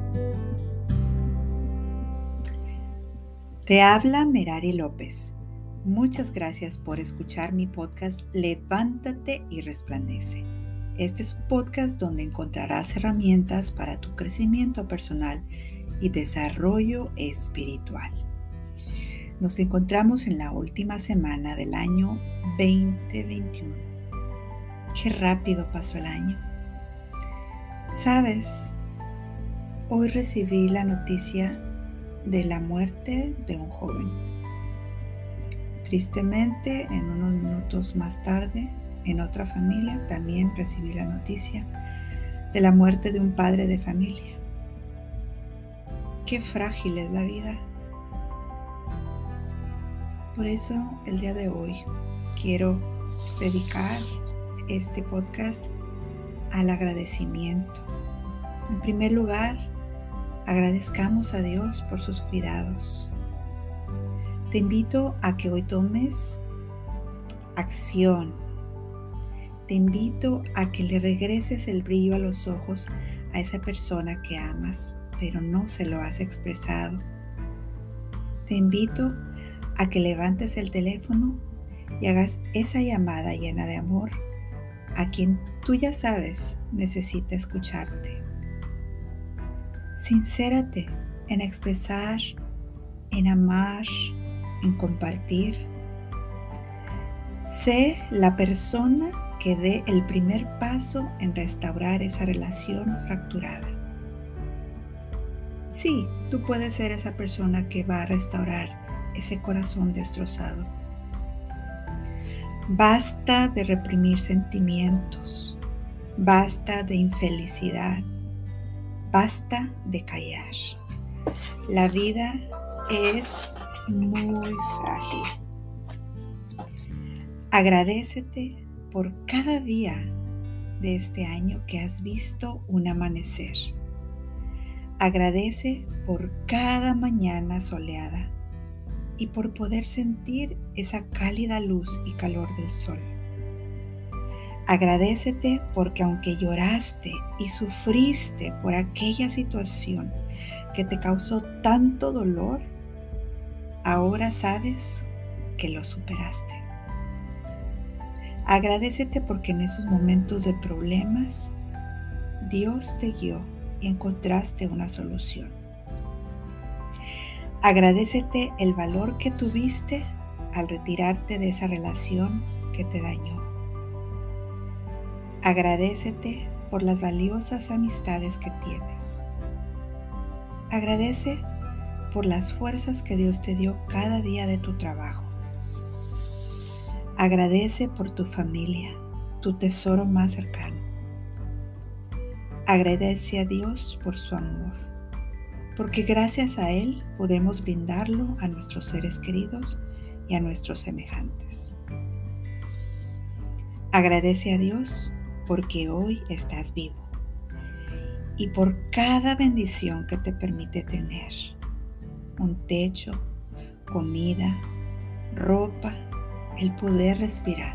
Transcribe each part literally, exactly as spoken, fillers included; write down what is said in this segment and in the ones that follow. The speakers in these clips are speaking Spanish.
Te habla Merari López. Muchas gracias por escuchar mi podcast Levántate y Resplandece. Este es un podcast donde encontrarás herramientas para tu crecimiento personal y desarrollo espiritual. Nos encontramos en la última semana del año veinte veintiuno. Qué rápido pasó el año. ¿Sabes? Hoy recibí la noticia de la muerte de un joven. Tristemente, en unos minutos más tarde, en otra familia, también recibí la noticia de la muerte de un padre de familia. Qué frágil es la vida. Por eso, el día de hoy, quiero dedicar este podcast al agradecimiento. En primer lugar, agradezcamos a Dios por sus cuidados. Te invito a que hoy tomes acción. Te invito a que le regreses el brillo a los ojos a esa persona que amas, pero no se lo has expresado. Te invito a que levantes el teléfono y hagas esa llamada llena de amor a quien tú ya sabes necesita escucharte. Sincérate en expresar, en amar, en compartir. Sé la persona que dé el primer paso en restaurar esa relación fracturada. Sí, tú puedes ser esa persona que va a restaurar ese corazón destrozado. Basta de reprimir sentimientos. Basta de infelicidad. Basta de callar. La vida es muy frágil. Agradécete por cada día de este año que has visto un amanecer. Agradece por cada mañana soleada y por poder sentir esa cálida luz y calor del sol. Agradécete porque aunque lloraste y sufriste por aquella situación que te causó tanto dolor, ahora sabes que lo superaste. Agradécete porque en esos momentos de problemas, Dios te guió y encontraste una solución. Agradécete el valor que tuviste al retirarte de esa relación que te dañó. Agradécete por las valiosas amistades que tienes. Agradece por las fuerzas que Dios te dio cada día de tu trabajo. Agradece por tu familia, tu tesoro más cercano. Agradece a Dios por su amor, porque gracias a Él podemos brindarlo a nuestros seres queridos y a nuestros semejantes. Agradece a Dios porque hoy estás vivo y por cada bendición que te permite tener. Un techo, comida, ropa, el poder respirar.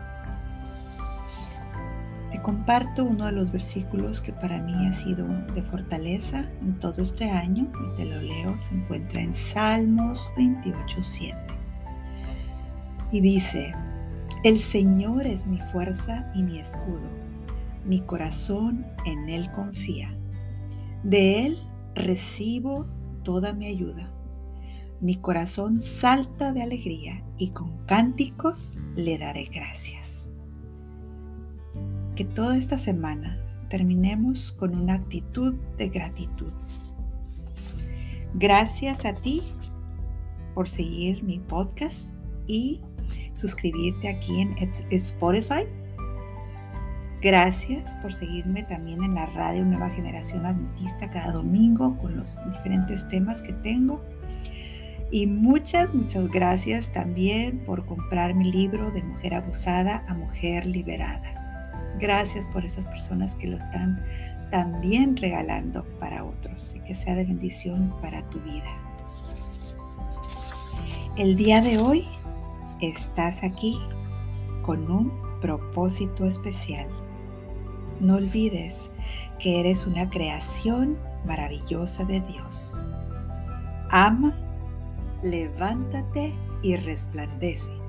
Te comparto uno de los versículos que para mí ha sido de fortaleza en todo este año y te lo leo. Se encuentra en Salmos veintiocho siete y dice: El Señor es mi fuerza y mi escudo, mi corazón en Él confía. De Él recibo toda mi ayuda. Mi corazón salta de alegría y con cánticos le daré gracias. Que toda esta semana terminemos con una actitud de gratitud. Gracias a ti por seguir mi podcast y suscribirte aquí en Spotify. Gracias por seguirme también en la radio Nueva Generación Adventista cada domingo con los diferentes temas que tengo. Y muchas, muchas gracias también por comprar mi libro de Mujer Abusada a Mujer Liberada. Gracias por esas personas que lo están también regalando para otros y que sea de bendición para tu vida. El día de hoy estás aquí con un propósito especial. No olvides que eres una creación maravillosa de Dios. Ama, levántate y resplandece.